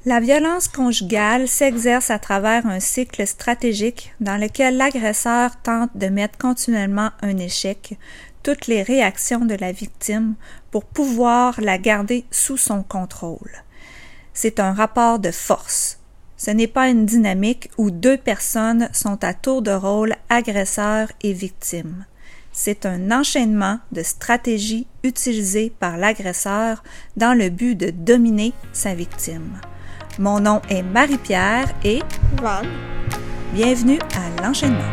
La violence conjugale s'exerce à travers un cycle stratégique dans lequel l'agresseur tente de mettre continuellement un échec toutes les réactions de la victime pour pouvoir la garder sous son contrôle. C'est un rapport de force. Ce n'est pas une dynamique où deux personnes sont à tour de rôle agresseur et victime. C'est un enchaînement de stratégies utilisées par l'agresseur dans le but de dominer sa victime. Mon nom est Marie-Pierre et Van. Bienvenue à l'enchaînement.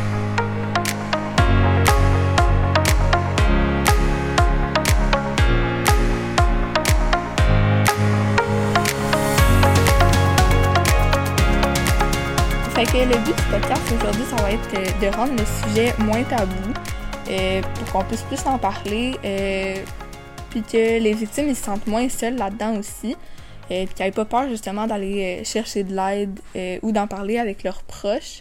Fait que le but du podcast aujourd'hui, ça va être de rendre le sujet moins tabou pour qu'on puisse plus en parler puis que les victimes ils se sentent moins seules là-dedans aussi puis qu'ils n'aient pas peur justement d'aller chercher de l'aide ou d'en parler avec leurs proches.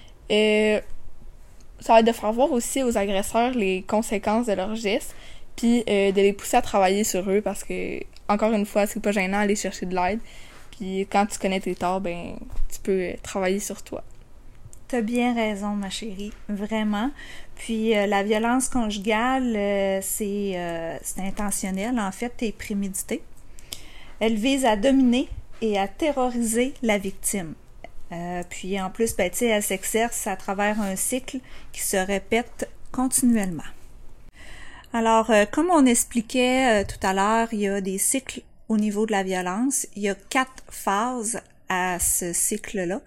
Ça va être de faire voir aussi aux agresseurs les conséquences de leurs gestes puis de les pousser à travailler sur eux parce que, encore une fois, c'est pas gênant d'aller chercher de l'aide. Puis quand tu connais tes torts, ben tu peux travailler sur toi. T'as bien raison, ma chérie, vraiment. Puis la violence conjugale, c'est intentionnel, en fait, et prémédité. Elle vise à dominer et à terroriser la victime. Puis en plus, ben, elle s'exerce à travers un cycle qui se répète continuellement. Alors, comme on expliquait tout à l'heure, il y a des cycles au niveau de la violence. Il y a 4 phases à ce cycle-là.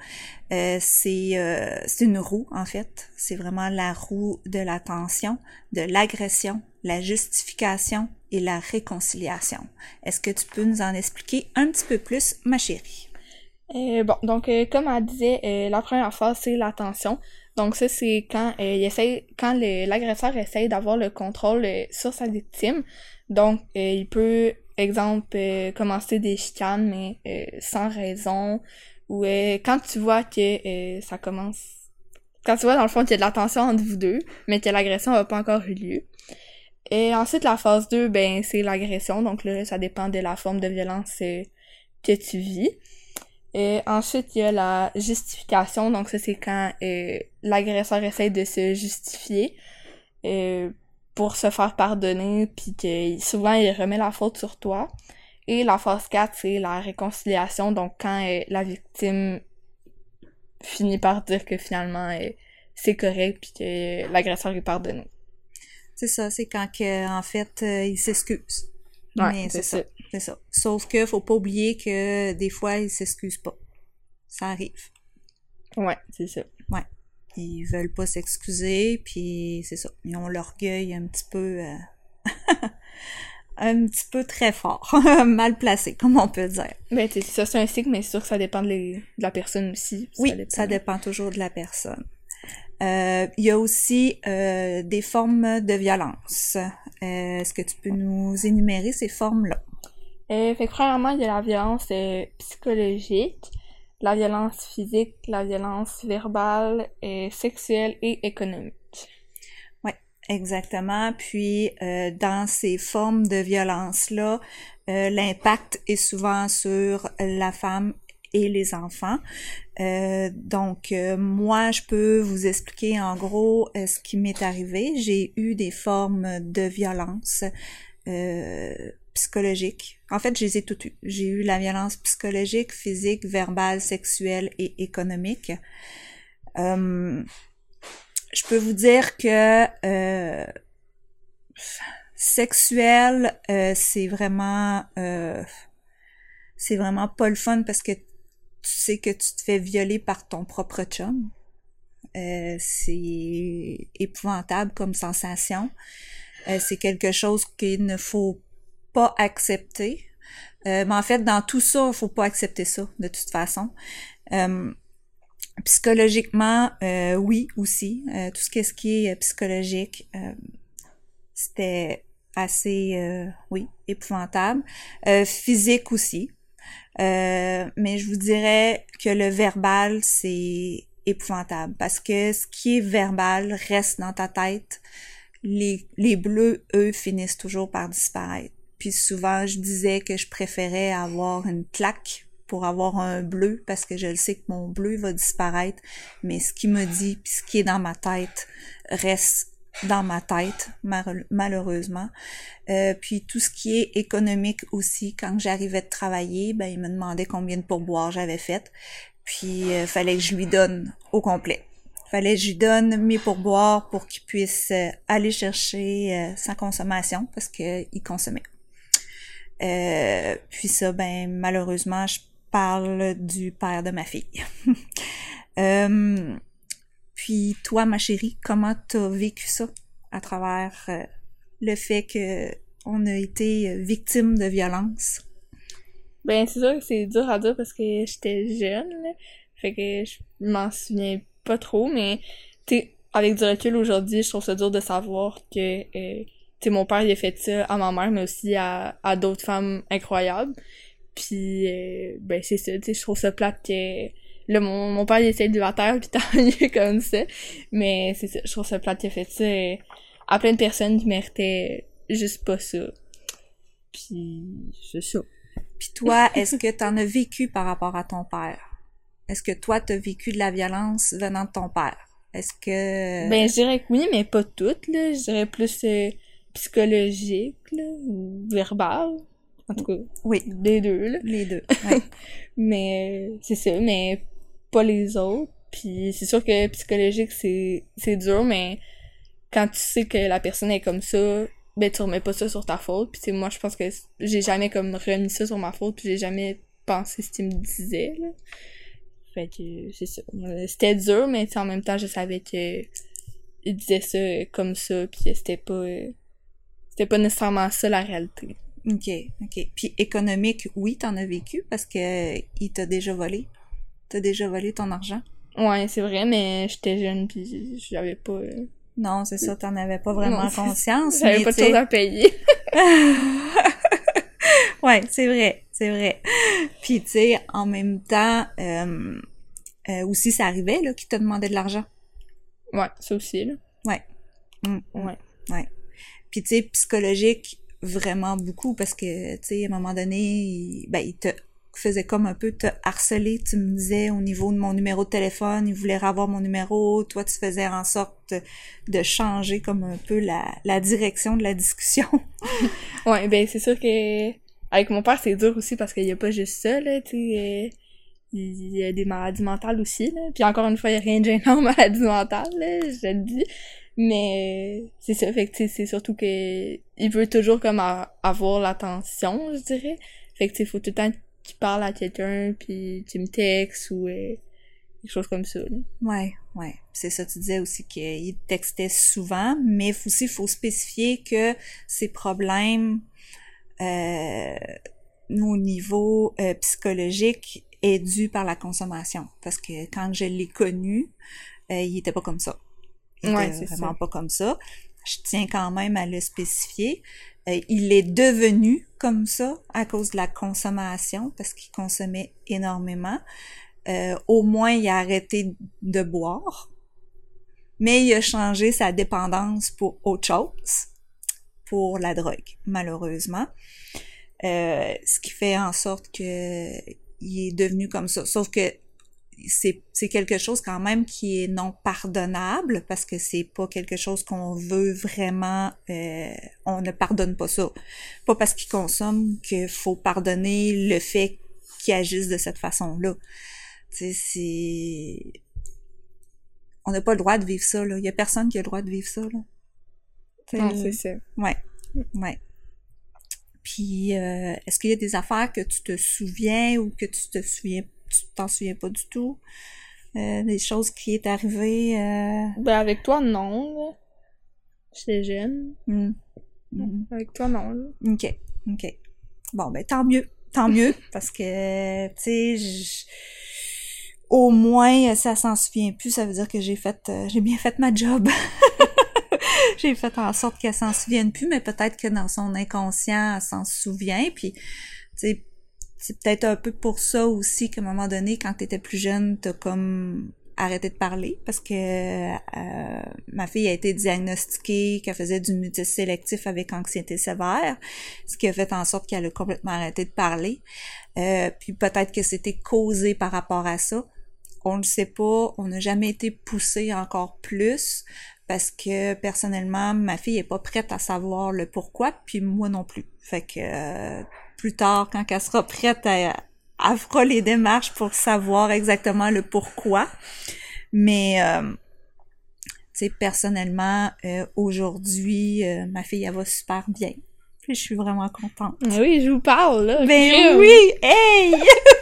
C'est une roue, en fait. C'est vraiment la roue de la tension, de l'agression, la justification et la réconciliation. Est-ce que tu peux nous en expliquer un petit peu plus, ma chérie? Donc, comme elle disait, la première phase, c'est la tension. Donc ça, c'est quand l'agresseur essaye d'avoir le contrôle sur sa victime. Donc, il peut, exemple, commencer des chicanes, mais sans raison. Ou quand tu vois que ça commence... Quand tu vois, dans le fond, qu'il y a de la tension entre vous deux, mais que l'agression n'a pas encore eu lieu. Et ensuite, la phase 2, ben c'est l'agression. Donc là, ça dépend de la forme de violence que tu vis. Et ensuite, il y a la justification. Donc ça, c'est quand l'agresseur essaie de se justifier pour se faire pardonner, puis que souvent, il remet la faute sur toi. Et la phase 4, c'est la réconciliation. Donc quand la victime finit par dire que finalement, c'est correct, puis que l'agresseur est pardonné. C'est ça, c'est quand que, en fait, il s'excuse. Ouais, mais c'est ça. C'est ça. Sauf que faut pas oublier que des fois, ils s'excusent pas. Ça arrive. Ouais, c'est ça. Ouais. Ils veulent pas s'excuser, puis c'est ça. Ils ont l'orgueil un petit peu... un petit peu très fort. Mal placé, comme on peut dire. Ben, ça, c'est un cycle, mais c'est sûr que ça dépend de la personne aussi. Oui, ça dépend toujours de la personne. Il y a aussi des formes de violence. Est-ce que tu peux nous énumérer ces formes-là? Fait que premièrement, il y a la violence psychologique, la violence physique, la violence verbale, sexuelle et économique. Oui, exactement. Puis, dans ces formes de violence-là, l'impact est souvent sur la femme et les enfants. Donc, moi, je peux vous expliquer en gros ce qui m'est arrivé. J'ai eu des formes de violence psychologique. En fait, je les ai toutes eues. J'ai eu la violence psychologique, physique, verbale, sexuelle et économique. Je peux vous dire que sexuelle, c'est vraiment pas le fun parce que tu sais que tu te fais violer par ton propre chum. C'est épouvantable comme sensation. C'est quelque chose qu'il ne faut pas accepter. Mais en fait, dans tout ça, il faut pas accepter ça, de toute façon. Psychologiquement, oui, aussi. Tout ce qui est psychologique, c'était assez, oui, épouvantable. Physique aussi. Mais je vous dirais que le verbal, c'est épouvantable parce que ce qui est verbal reste dans ta tête. Les bleus, eux, finissent toujours par disparaître. Puis souvent, je disais que je préférais avoir une claque pour avoir un bleu, parce que je le sais que mon bleu va disparaître, mais ce qu'il me dit, puis ce qui est dans ma tête, reste dans ma tête, malheureusement. Puis tout ce qui est économique aussi, quand j'arrivais de travailler, ben il me demandait combien de pourboires j'avais fait, puis fallait que je lui donne au complet. Fallait que je lui donne mes pourboires pour qu'il puisse aller chercher sa consommation, parce que il consommait. Puis ça, ben malheureusement, je parle du père de ma fille. Puis toi, ma chérie, comment t'as vécu ça à travers le fait que on a été victime de violence? Ben, c'est sûr que c'est dur à dire parce que j'étais jeune, là. Fait que je m'en souviens pas trop, mais, tu sais, avec du recul aujourd'hui, je trouve ça dur de savoir que, tu sais, mon père, il a fait ça à ma mère, mais aussi à d'autres femmes incroyables. Puis, ben, c'est ça, tu sais, je trouve ça plate que, là, mon père, il est célibataire, pis tant mieux comme ça. Mais, c'est ça, je trouve ça plate qu'il a fait ça à plein de personnes qui méritaient juste pas ça. Puis, c'est ça. Puis toi, est-ce que t'en as vécu par rapport à ton père? Est-ce que toi, t'as vécu de la violence venant de ton père? Est-ce que... Ben, je dirais que oui, mais pas toutes, là. Je dirais plus psychologique, là, ou verbal. En tout cas, oui, les deux, là. Les deux, ouais. Mais c'est ça, mais pas les autres. Puis c'est sûr que psychologique, c'est dur, mais quand tu sais que la personne est comme ça, ben tu remets pas ça sur ta faute. Puis moi, je pense que j'ai jamais comme remis ça sur ma faute, puis j'ai jamais pensé ce qu'il me disait, là. Fait que c'est ça. C'était dur, mais en même temps, je savais que il disait ça comme ça, puis c'était pas nécessairement ça la réalité. OK. Puis économique, oui, t'en as vécu parce que il t'a déjà volé. T'as déjà volé ton argent. Ouais, c'est vrai, mais j'étais jeune puis j'avais pas... Non, c'est ça, t'en avais pas vraiment conscience. J'avais pas de choses à payer. Ouais, c'est vrai. Puis tu sais, en même temps, aussi ça arrivait là qu'ils te demandaient de l'argent. Ouais, ça aussi là. Ouais. Ouais. Puis tu sais, psychologique, vraiment beaucoup, parce que, tu sais, à un moment donné, il te faisait comme un peu te harceler, tu me disais, au niveau de mon numéro de téléphone, il voulait avoir mon numéro, toi, tu faisais en sorte de changer comme un peu la direction de la discussion. Ouais, ben c'est sûr que avec mon père, c'est dur aussi, parce qu'il y a pas juste ça, là, tu sais, il y a des maladies mentales aussi, là, puis encore une fois, il y a rien de gênant aux maladies mentales, là, je le dis. Mais c'est ça, fait que tu sais, c'est surtout que il veut toujours comme avoir l'attention, je dirais. Fait que tu sais, faut tout le temps qu'il parle à quelqu'un, puis tu me textes ou quelque chose comme ça. Là. Ouais. C'est ça, tu disais aussi qu'il textait souvent, mais aussi, il faut spécifier que ces problèmes au niveau psychologique est dû par la consommation. Parce que quand je l'ai connu, il était pas comme ça. Il était vraiment pas comme ça. Je tiens quand même à le spécifier. Il est devenu comme ça à cause de la consommation, parce qu'il consommait énormément. Au moins, il a arrêté de boire. Mais il a changé sa dépendance pour autre chose, pour la drogue, malheureusement. Ce qui fait en sorte que il est devenu comme ça. Sauf que c'est quelque chose quand même qui est non pardonnable, parce que c'est pas quelque chose qu'on veut vraiment, on ne pardonne pas ça. Pas parce qu'il consomme qu'il faut pardonner le fait qu'il agisse de cette façon-là. Tu sais, on n'a pas le droit de vivre ça, là. Il y a personne qui a le droit de vivre ça, là. Non, c'est ça. Ouais. Puis, est-ce qu'il y a des affaires que tu te souviens ou que tu t'en souviens pas du tout? Des choses qui est arrivées? Ben, avec toi, non, là. J'étais jeune. Avec toi, non, là. OK. Bon, ben, tant mieux, parce que, tu sais, au moins, ça s'en souvient plus, ça veut dire que j'ai bien fait ma job. J'ai fait en sorte qu'elle s'en souvienne plus, mais peut-être que dans son inconscient, elle s'en souvient, puis, tu sais, c'est peut-être un peu pour ça aussi qu'à un moment donné, quand t'étais plus jeune, t'as comme arrêté de parler, parce que ma fille a été diagnostiquée qu'elle faisait du mutisme sélectif avec anxiété sévère, ce qui a fait en sorte qu'elle a complètement arrêté de parler. Puis peut-être que c'était causé par rapport à ça. On le sait pas, on n'a jamais été poussé encore plus parce que personnellement, ma fille est pas prête à savoir le pourquoi, puis moi non plus. Fait que plus tard, quand elle sera prête, elle fera les démarches pour savoir exactement le pourquoi. Mais tu sais, personnellement, aujourd'hui, ma fille, elle va super bien. Puis je suis vraiment contente. Oui, je vous parle, là. Ben oui! Hey!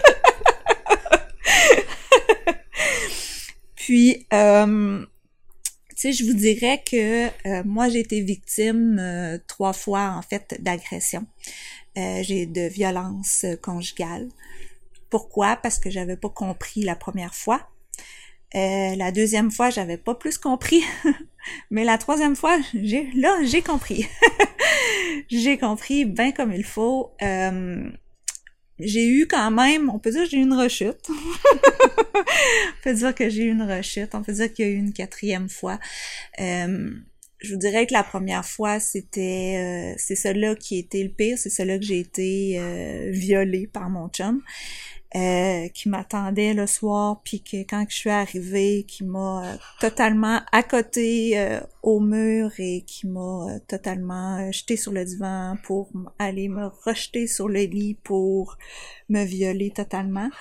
Puis, tu sais, je vous dirais que moi, j'ai été victime 3 fois, en fait, d'agression. J'ai de violence conjugale. Pourquoi? Parce que j'avais pas compris la première fois. La deuxième fois, j'avais pas plus compris. Mais la troisième fois, j'ai compris. J'ai compris bien comme il faut. J'ai eu quand même, on peut dire que j'ai eu une rechute. On peut dire que j'ai eu une rechute. On peut dire qu'il y a eu une 4e fois. Je vous dirais que la première fois, c'est celle-là qui était le pire. C'est celle-là que j'ai été violée par mon chum. Qui m'attendait le soir, puis que quand je suis arrivée, qui m'a totalement accoté au mur et qui m'a totalement jeté sur le divan pour aller me rejeter sur le lit pour me violer totalement.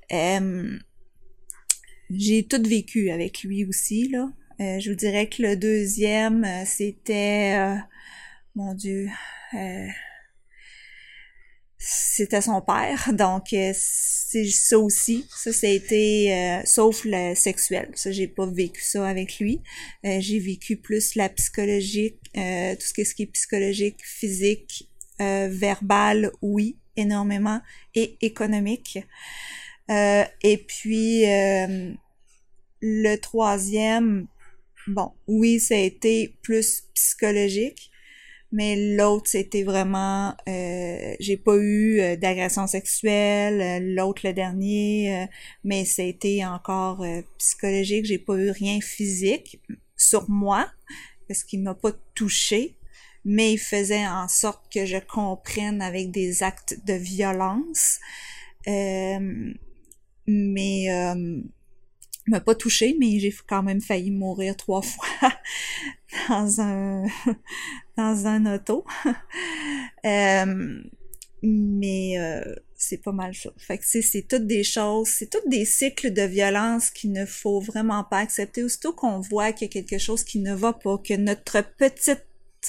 J'ai tout vécu avec lui aussi, là. Je vous dirais que le deuxième, c'était... mon Dieu... c'était son père, donc c'est ça aussi. Ça a été sauf le sexuel. Ça, j'ai pas vécu ça avec lui. J'ai vécu plus la psychologique, tout ce qui est psychologique, physique, verbal, oui, énormément, et économique. Et puis le troisième, bon, oui, ça a été plus psychologique. Mais l'autre, c'était vraiment... j'ai pas eu d'agression sexuelle. L'autre, le dernier, mais ça a été encore psychologique. J'ai pas eu rien physique sur moi, parce qu'il m'a pas touchée, mais il faisait en sorte que je comprenne avec des actes de violence. Mais... m'a pas touchée, mais j'ai quand même failli mourir 3 fois dans un auto. Mais c'est pas mal ça. Fait que c'est toutes des choses, c'est toutes des cycles de violence qu'il ne faut vraiment pas accepter. Aussitôt qu'on voit qu'il y a quelque chose qui ne va pas, que notre petite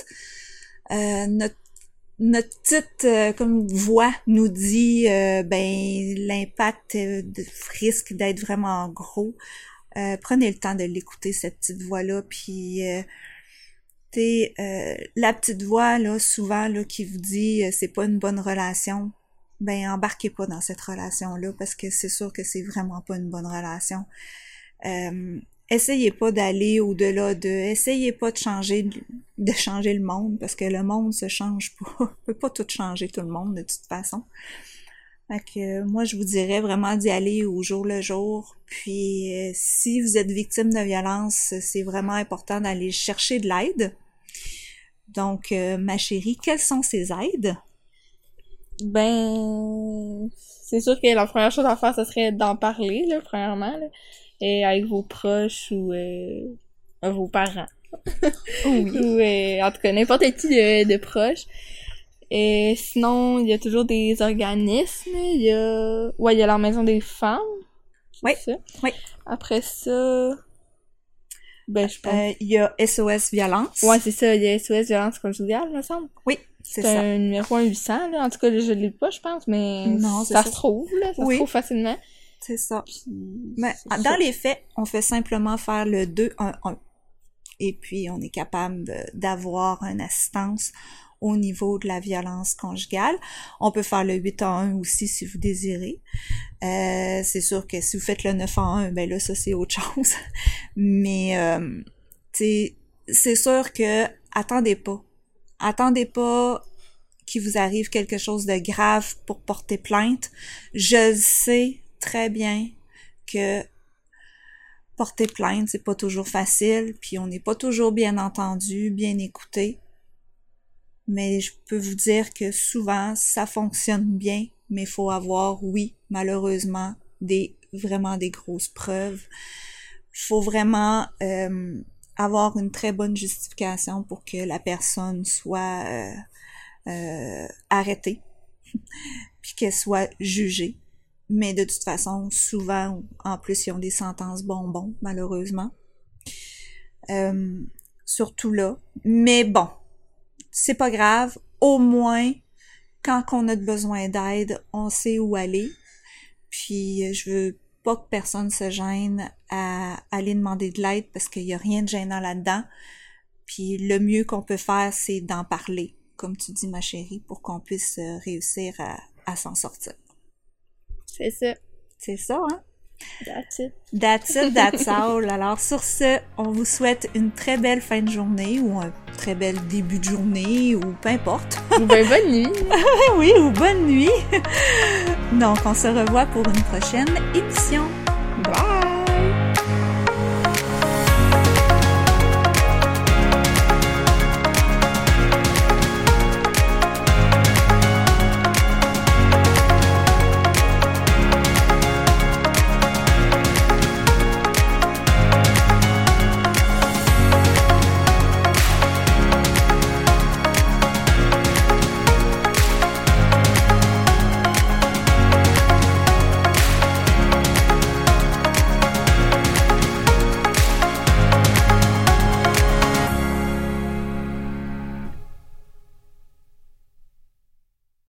comme voix nous dit ben l'impact risque d'être vraiment gros. Prenez le temps de l'écouter, cette petite voix-là, puis la petite voix là souvent là qui vous dit c'est pas une bonne relation. Ben embarquez pas dans cette relation-là parce que c'est sûr que c'est vraiment pas une bonne relation. Essayez pas d'aller au-delà essayez pas de changer le monde, parce que le monde se change pas. On peut pas tout changer tout le monde, de toute façon. Fait que, moi, je vous dirais vraiment d'y aller au jour le jour. Puis, si vous êtes victime de violence, c'est vraiment important d'aller chercher de l'aide. Donc, ma chérie, quelles sont ces aides? Ben, c'est sûr que la première chose à faire, ce serait d'en parler, là, premièrement, là. Et avec vos proches ou vos parents. Oui. Ou en tout cas, n'importe qui de proche. Et sinon, il y a toujours des organismes. Il y a la Maison des femmes. Oui. Ça. Oui. Après ça, ben, je pense... il y a SOS Violence. Ouais, c'est ça. Il y a SOS Violence conjugale, me semble. Oui, c'est ça. ça. C'est un numéro 1-800, là. En tout cas, je l'ai pas, je pense, mais non, ça se trouve, là. Ça se trouve facilement. C'est ça. Puis, mais dans les faits, on fait simplement faire le 211. Et puis, on est capable d'avoir une assistance au niveau de la violence conjugale. On peut faire le 811 aussi si vous désirez. C'est sûr que si vous faites le 911, ben là, ça, c'est autre chose. Mais, c'est sûr que attendez pas. Attendez pas qu'il vous arrive quelque chose de grave pour porter plainte. Je sais très bien que porter plainte, c'est pas toujours facile, puis on n'est pas toujours bien entendu, bien écouté. Mais je peux vous dire que souvent, ça fonctionne bien mais il faut avoir, oui, malheureusement, vraiment des grosses preuves. Faut vraiment avoir une très bonne justification pour que la personne soit arrêtée, puis qu'elle soit jugée. Mais de toute façon, souvent, en plus, ils ont des sentences bonbons, malheureusement. Surtout là. Mais bon, c'est pas grave. Au moins, quand on a besoin d'aide, on sait où aller. Puis, je veux pas que personne se gêne à aller demander de l'aide parce qu'il y a rien de gênant là-dedans. Puis, le mieux qu'on peut faire, c'est d'en parler, comme tu dis, ma chérie, pour qu'on puisse réussir à s'en sortir. C'est ça. C'est ça, hein? That's it. That's it, that's all. Alors, sur ce, on vous souhaite une très belle fin de journée ou un très bel début de journée ou peu importe. Ou ben bonne nuit. Oui, ou bonne nuit. Donc, on se revoit pour une prochaine émission. Bye!